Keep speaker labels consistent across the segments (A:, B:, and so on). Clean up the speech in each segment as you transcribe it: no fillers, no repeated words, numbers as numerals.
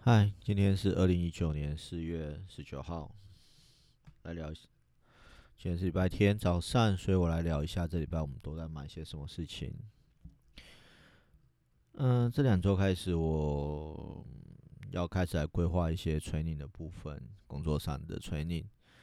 A: 嗨，今天是2019年4月19号，来聊一下。今天是礼拜天早上，所以我来聊一下这礼拜我们都在忙些什么事情。这2周开始，我要开始来规划一些 training 的部分，工作上的 training。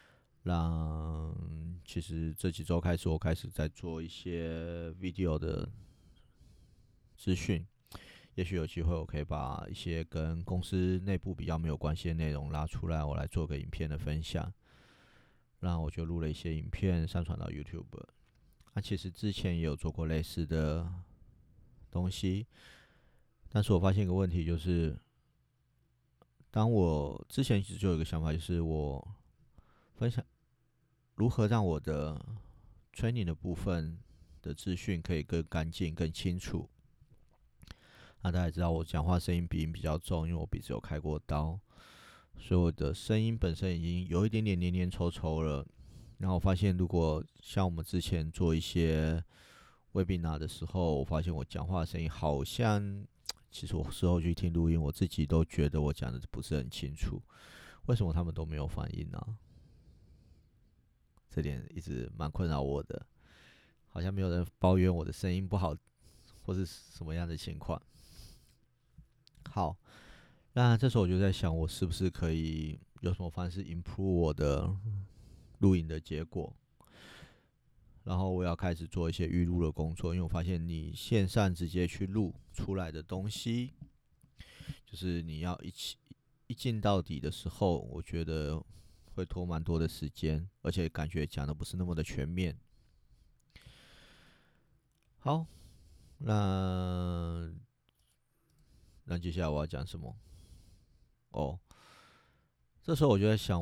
A: 其实这几周开始，我开始在做一些 video 的资讯。也许有机会，我可以把一些跟公司内部比较没有关系的内容拉出来，我来做个影片的分享。那我就录了一些影片上传到 YouTube。其实之前也有做过类似的东西，但是我发现一个问题，就是当我之前一直就有一个想法，就是我分享如何让我的 training 的部分的资讯可以更干净、更清楚。那大家也知道，我讲话声音鼻音比较重，因为我鼻子有开过刀，所以我的声音本身已经有一点点黏黏稠稠了。然后我发现，如果像我们之前做一些webinar 的时候，我发现我讲话的声音好像，其实我事后去听录音，我自己都觉得我讲的不是很清楚。为什么他们都没有反应呢？这点一直蛮困扰我的，好像没有人抱怨我的声音不好，或是什么样的情况。好，那这时候我就在想，我是不是可以有什么方式 improve 我的录影的结果？然后我要开始做一些预录的工作，因为我发现你线上直接去录出来的东西，就是你要一镜到底的时候，我觉得会拖蛮多的时间，而且感觉讲的不是那么的全面。好，那接下来我要讲什么？哦，这时候我就在想，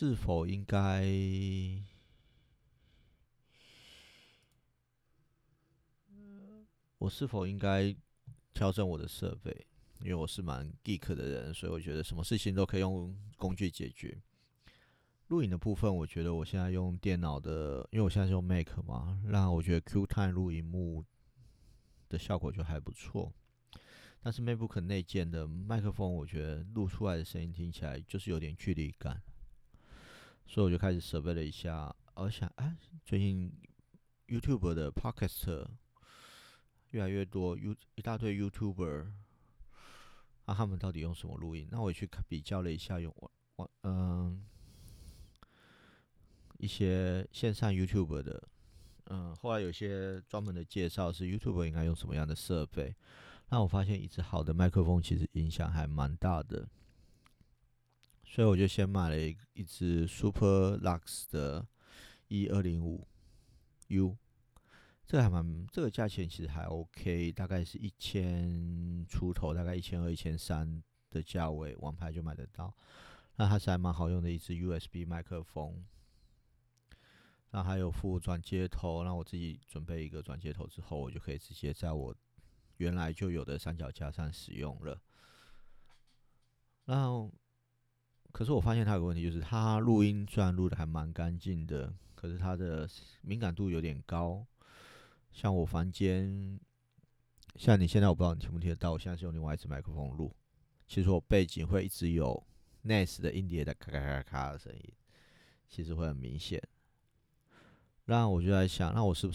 A: 我是否应该调整我的设备？因为我是蛮 geek 的人，所以我觉得什么事情都可以用工具解决。录影的部分，我觉得我现在用电脑的，因为我现在是用 Mac 嘛，那我觉得 QTime 录影幕的效果就还不错。但是 MacBook 内建的麦克风，我觉得录出来的声音听起来就是有点距离感，所以我就开始设备了一下。我想，最近 YouTube 的 Podcast 越来越多，一大堆 YouTuber，他们到底用什么录音？那我也去比较了一下，用一些线上 YouTube 的，后来有些专门的介绍是 YouTube 应该用什么样的设备。那我发现一支好的麦克风其实影响还蛮大的，所以我就先买了一支 Super Lux 的 E205U，这个价钱其实还 OK，大概是1000出头，大概1200、1300的价位，网拍就买得到。那它是还蛮好用的一支 USB 麦克风。那还有附转接头，那我自己准备一个转接头之后，我就可以直接在我原来就有的三脚架上使用了。那可是我发现它有个问题，就是它录音虽然录的还蛮干净的，可是它的敏感度有点高。像我房间，像你现在我不知道你听不听得到，我现在是用另外一支麦克风录，其实我背景会一直有 NAS 的硬碟的咔咔咔咔的声音，其实会很明显。那我就在想，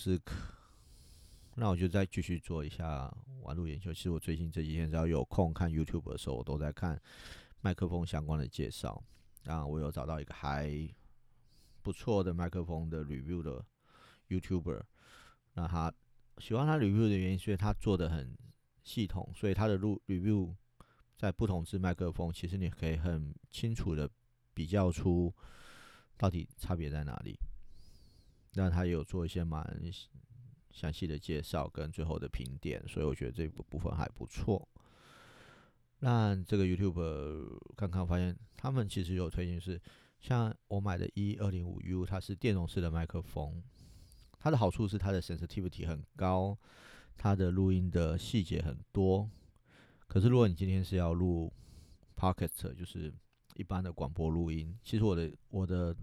A: 那我就再继续做一下网络研究。其实我最近这几天只要有空看 YouTube 的时候，我都在看麦克风相关的介绍。我有找到一个还不错的麦克风的 review 的 YouTuber。那他喜欢他 review 的原因，是因为他做的很系统，所以他的review 在不同支麦克风，其实你可以很清楚的比较出到底差别在哪里。那他也有做一些蛮详细的介绍跟最后的评点，所以我觉得这个部分还不错。那这个 YouTube 看看发现，他们其实有推荐是，像我买的 E205U，它是电容式的麦克风，它的好处是它的 sensitivity 很高，它的录音的细节很多。可是如果你今天是要录 Podcast，就是一般的广播录音，其实我的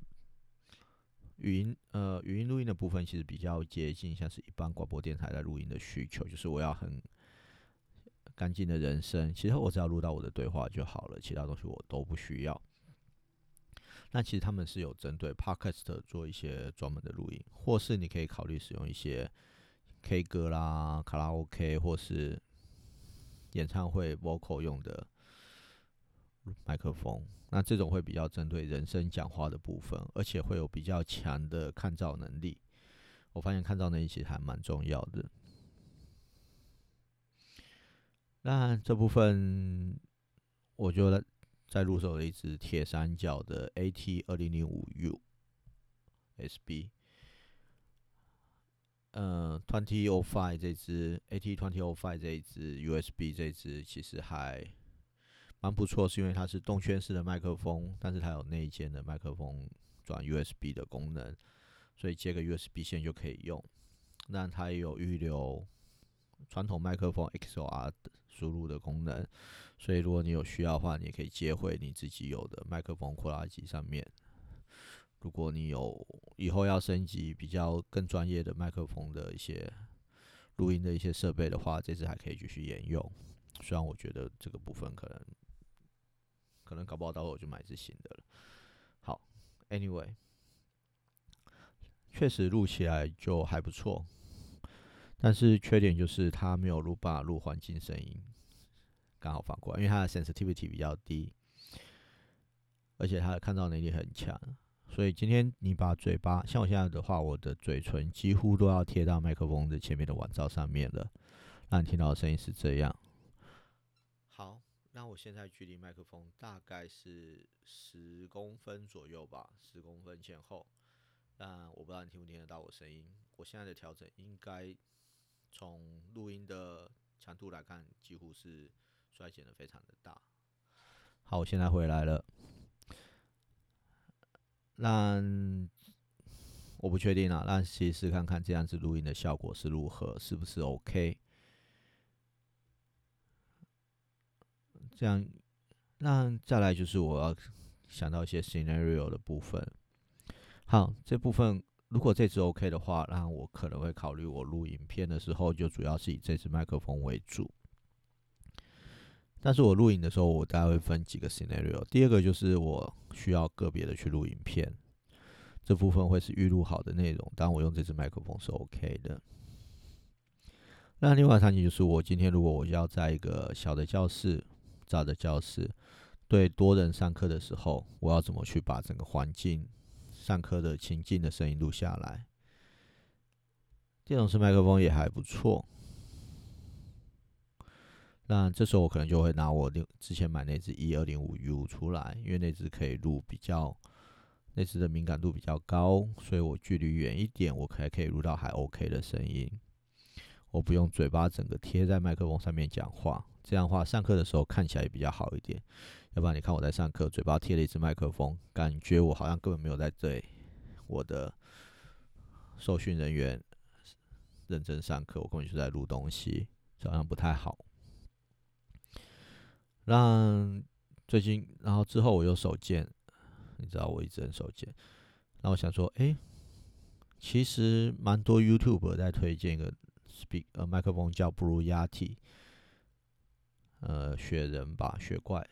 A: 语音录音的部分其实比较接近像是一般广播电台在录音的需求，就是我要很干净的人声，其实我只要录到我的对话就好了，其他东西我都不需要。那其实他们是有针对 Podcast 做一些专门的录音，或是你可以考虑使用一些 K 歌啦、卡拉 OK 或是演唱会 vocal 用的麦克风。那这种会比较针对人声讲话的部分，而且会有比较强的看噪能力。我发现看噪能力其实还蛮重要的。那这部分我就在入手了一支铁三角的 AT2005U SB， 2005这支 AT2005这一支 USB 这一支其实还蛮不错，是因为它是动圈式的麦克风，但是它有内建的麦克风转 USB 的功能，所以接个 USB 线就可以用。那它也有预留传统麦克风 XLR 的输入的功能，所以如果你有需要的话，你也可以接回你自己有的麦克风扩拉机上面。如果你有以后要升级比较更专业的麦克风的一些录音的一些设备的话，这支还可以继续沿用。虽然我觉得这个部分可能搞不好到时候我就买一支新的了。好 ，Anyway， 确实录起来就还不错，但是缺点就是它没有办法录环境声音，刚好反过来，因为它的 sensitivity 比较低，而且它的看噪能力很强，所以今天你把嘴巴，像我现在的话，我的嘴唇几乎都要贴到麦克风的前面的碗罩上面了，让你听到的声音是这样。好，那我现在距离麦克风大概是10公分左右吧，10公分前后。但我不知道你听不听得到我声音。我现在的调整应该从录音的强度来看，几乎是衰减的非常的大。好，我现在回来了。那我不确定啦，那其实试看看这样子录音的效果是如何，是不是 OK？ 这样，那再来就是我要想到一些 scenario 的部分。好，这部分如果这支 OK 的话，那我可能会考虑我录影片的时候，就主要是以这支麦克风为主。但是我录影的时候，我大概会分几个 scenario。第二个就是我需要个别的去录影片，这部分会是预录好的内容，当我用这支麦克风是 OK 的。那另外场景就是我今天如果我要在一个小的教室、大的教室，对多人上课的时候，我要怎么去把整个环境、上课的情境的声音录下来？电容式麦克风也还不错。那这时候我可能就会拿我之前买那支 E205U 出来，因为那支可以录那支的敏感度比较高，所以我距离远一点，我可以录到还 OK 的声音。我不用嘴巴整个贴在麦克风上面讲话，这样的话上课的时候看起来也比较好一点。要不然你看我在上课，嘴巴贴了一支麦克风，感觉我好像根本没有在对我的受训人员认真上课，我根本就是在录东西，这好像不太好。最近，然后之后我又手贱，你知道我一直很手贱，然后我想说，其实蛮多 YouTuber 在推荐一个麦克风叫 Blue Yeti， 雪人吧，雪怪。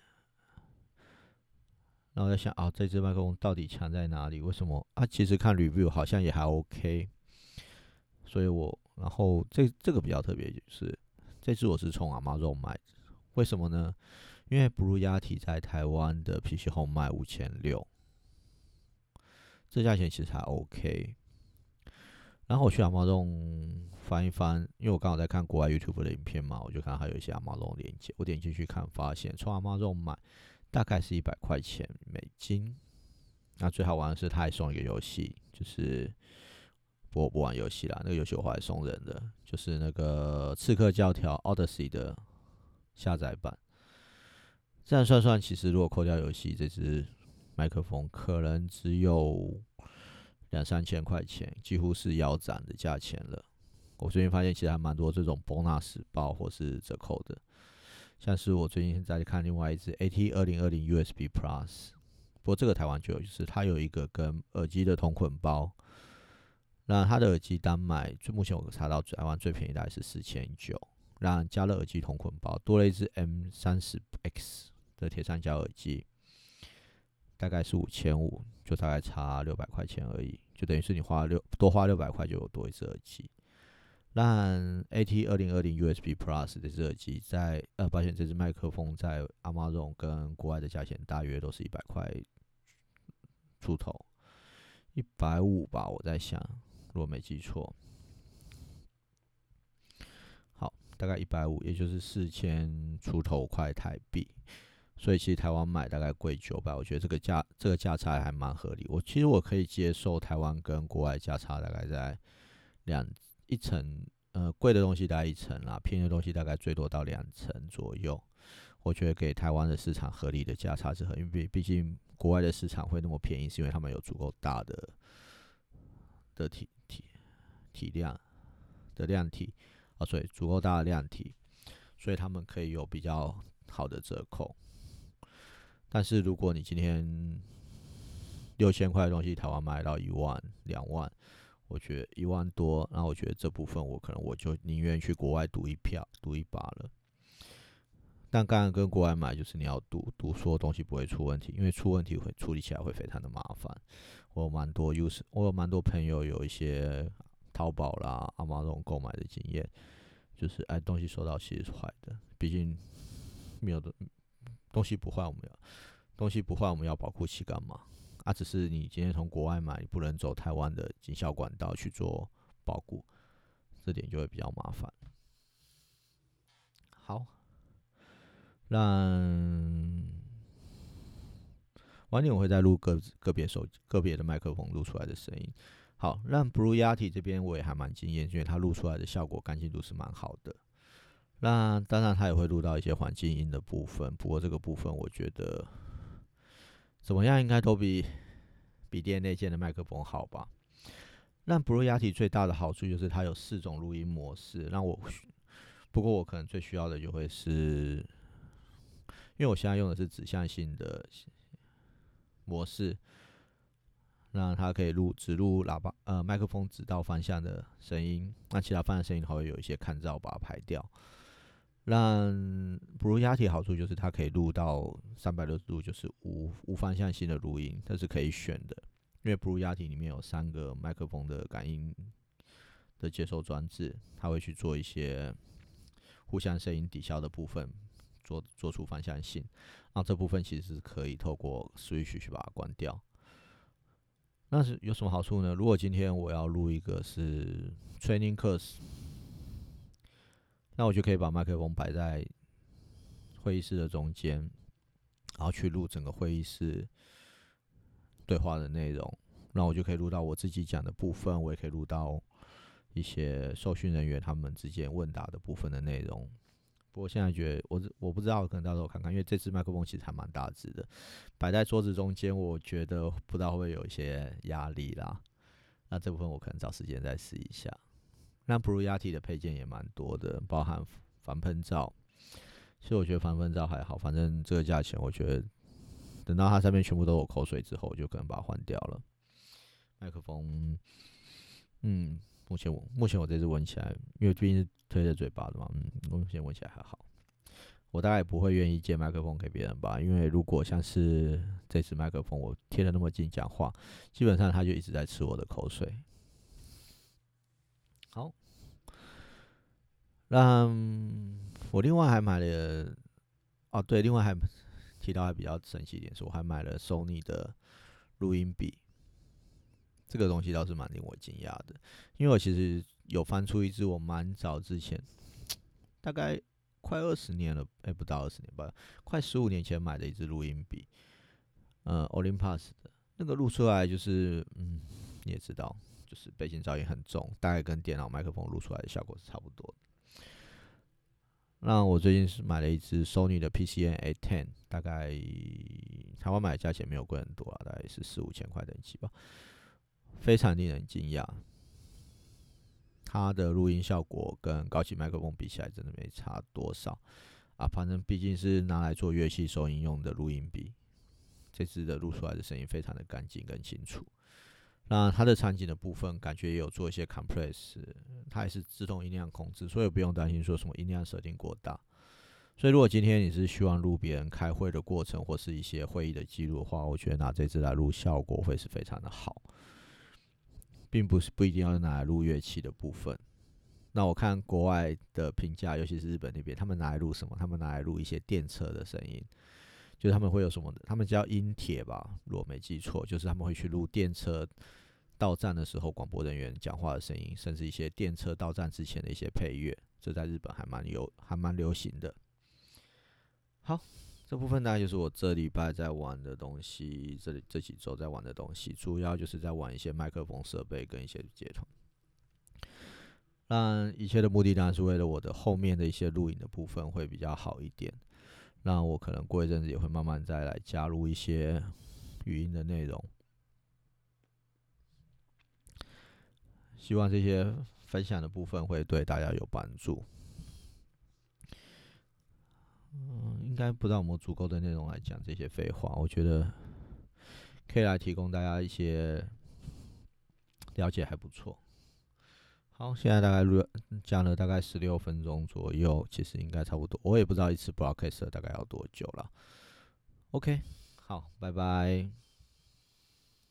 A: 然后我在想这支麦克风到底强在哪里？为什么其实看 review 好像也还 OK， 所以然后这个比较特别，就是这支我是从 Amazon 买的，为什么呢？因为 Blue Yeti 在台湾的 PC Home 卖5600，这价钱其实还 OK。然后我去 Amazon 翻一翻，因为我刚好在看国外 YouTube 的影片嘛，我就看到还有一些 Amazon 链接，我点进去看，发现从 Amazon 买大概是100块钱美金。那最好玩的是，他还送一个游戏，就是我不玩游戏啦，那个游戏我后来送人的，就是那个《刺客教条 Odyssey》的下载版。这样算算，其实如果扣掉游戏，这支麦克风可能只有2-3千块钱，几乎是腰斩的价钱了。我最近发现其实还蛮多这种 bonus 包或是折扣的，像是我最近在看另外一支 AT2020 USB Plus， 不过这个台湾就有，就是它有一个跟耳机的同捆包。那它的耳机单买，目前我查到台湾最便宜大概是4900， 让加热耳机同捆包，多了一只 M30X 的铁三角耳机，大概是5500，就大概差600块钱而已，就等于是你多花600块就有多一只耳机。让 AT2020 USB Plus 这只耳机抱歉，这只麦克风在 Amazon 跟国外的价钱大约都是100块出头，150吧，我在想，如果没记错。好，大概150，也就是4000出头块台币。所以其实台湾买大概贵900，我觉得这个价差还蛮合理。其实我可以接受台湾跟国外价差大概在一层，贵的东西大概1层啦，便宜的东西大概最多到2层左右。我觉得给台湾的市场合理的价差是因为毕竟国外的市场会那么便宜，是因为他们有足够大的体量的量体所以足够大的量体，所以他们可以有比较好的折扣。但是如果你今天6000块的东西，台湾买到1万、2万，我觉得1万多，那我觉得这部分我就宁愿去国外赌一把了。但当然跟国外买就是你要赌说东西不会出问题，因为出问题会处理起来会非常的麻烦。我有蛮多朋友有一些淘宝啦、Amazon 购买的经验，就是东西收到其实是坏的，毕竟没有的东西不坏，我们要保护期干嘛？只是你今天从国外买，你不能走台湾的经销管道去做保固，这点就会比较麻烦。好，晚点我会再录个别的麦克风录出来的声音。好，让 Blue Yeti 这边我也还蛮惊艳，因为它录出来的效果干净度是蛮好的。那当然它也会录到一些环境音的部分，不过这个部分我觉得怎么样应该都比电内建的麦克风好吧。那 Blue Yeti 最大的好处就是它有4种录音模式，不过我可能最需要的就会是，因为我现在用的是指向性的模式，那它可以只录麦克风指到方向的声音，那其他方向声音它会有一些看噪把它排掉。让 Blue Yeti 好处就是它可以录到360度，就是无方向性的录音，这是可以选的。因为 Blue Yeti 里面有3个麦克风的感应的接收装置，它会去做一些互相声音抵消的部分，做出方向性。那这部分其实是可以透过 Switch 去把它关掉。那是有什么好处呢？如果今天我要录一个是 training course， 那我就可以把麦克风摆在会议室的中间，然后去录整个会议室对话的内容。那我就可以录到我自己讲的部分，我也可以录到一些受训人员他们之间问答的部分的内容。不过现在觉得我不知道，可能到时候看看，因为这支麦克风其实还蛮大支的，摆在桌子中间，我觉得不知道会不会有一些压力啦。那这部分我可能找时间再试一下。那 Blue Yeti 的配件也蛮多的，包含防喷罩。其实我觉得防喷罩还好，反正这个价钱，我觉得等到它上面全部都有口水之后，我就可能把它换掉了。麦克风，目前我这支闻起来，因为毕竟是推着嘴巴的嘛，目前闻起来还好。我大概不会愿意借麦克风给别人吧，因为如果像是这支麦克风，我贴得那么近讲话，基本上他就一直在吃我的口水。好，我另外还买了，对，另外还提到还比较神奇一点，是我还买了 Sony 的录音笔。这个东西倒是蛮令我惊讶的，因为我其实有翻出一支我蛮早之前，大概快20年了，不到20年吧，快15年前买的一支录音笔，Olympus 的那个录出来就是，你也知道，就是背景噪音很重，大概跟电脑麦克风录出来的效果是差不多的。那我最近是买了一支 Sony 的 PCM A10， 大概台湾买的价钱没有贵很多大概是4-5千块等级吧。非常令人惊讶，它的录音效果跟高级麦克风比起来，真的没差多少反正毕竟是拿来做乐器收音用的录音笔，这支的录出来的声音非常的干净跟清楚。 那它的场景的部分，感觉也有做一些 compress，它也是自动音量控制，所以不用担心说什么音量设定过大。所以如果今天你是希望录别人开会的过程或是一些会议的记录的话，我觉得拿这支来录效果会是非常的好，并不一定要拿来录乐器的部分。那我看国外的评价，尤其是日本那边，他们拿来录什么？他们拿来录一些电车的声音，就是他们会有什么的？他们叫音铁吧，如果没记错，就是他们会去录电车到站的时候广播人员讲话的声音，甚至一些电车到站之前的一些配乐，这在日本还蛮流行的。好，这部分大概就是我这礼拜在玩的东西，这几周在玩的东西，主要就是在玩一些麦克风设备跟一些接头。那一切的目的当然是为了我的后面的一些录影的部分会比较好一点。那我可能过一阵子也会慢慢再来加入一些语音的内容，希望这些分享的部分会对大家有帮助。应该不知道有没有足够的内容来讲这些废话，我觉得可以来提供大家一些了解，还不错。好，现在大概讲了大概16分钟左右，其实应该差不多。我也不知道一次 broadcast 大概要多久了。OK， 好，拜拜。